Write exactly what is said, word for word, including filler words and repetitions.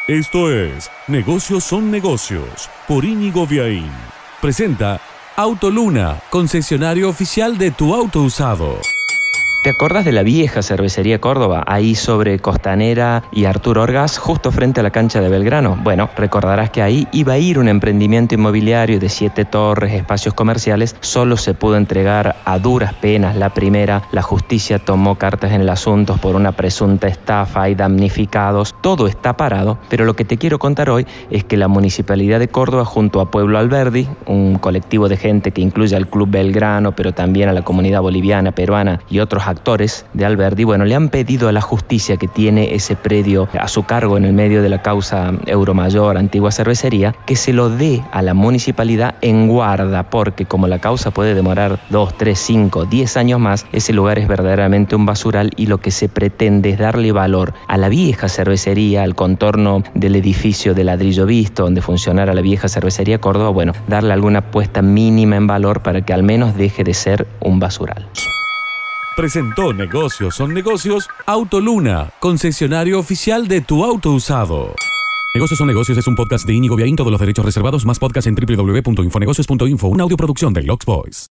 Esto es Negocios son Negocios, por Íñigo Viaín. Presenta Autoluna, concesionario oficial de tu auto usado. ¿Te acordás de la vieja cervecería Córdoba, ahí sobre Costanera y Arturo Orgaz, justo frente a la cancha de Belgrano? Bueno, recordarás que ahí iba a ir un emprendimiento inmobiliario de siete torres, espacios comerciales. Solo se pudo entregar a duras penas la primera. La justicia tomó cartas en el asunto por una presunta estafa. Hay damnificados. Todo está parado, pero lo que te quiero contar hoy es que la Municipalidad de Córdoba, junto a Pueblo Alberdi, un colectivo de gente que incluye al Club Belgrano, pero también a la comunidad boliviana, peruana y otros actores de Alberdi, bueno, le han pedido a la justicia que tiene ese predio a su cargo en el medio de la causa Euromayor, antigua cervecería, que se lo dé a la municipalidad en guarda, porque como la causa puede demorar dos, tres, cinco, diez años más, ese lugar es verdaderamente un basural y lo que se pretende es darle valor a la vieja cervecería, al contorno del edificio de ladrillo visto donde funcionara la vieja cervecería Córdoba, bueno, darle alguna puesta mínima en valor para que al menos deje de ser un basural. Presentó Negocios son Negocios, Autoluna, concesionario oficial de tu auto usado. Negocios son Negocios es un podcast de Íñigo Viaín, todos los derechos reservados, más podcast en doble u doble u doble u punto infonegocios punto info, una audioproducción de Lox Boys.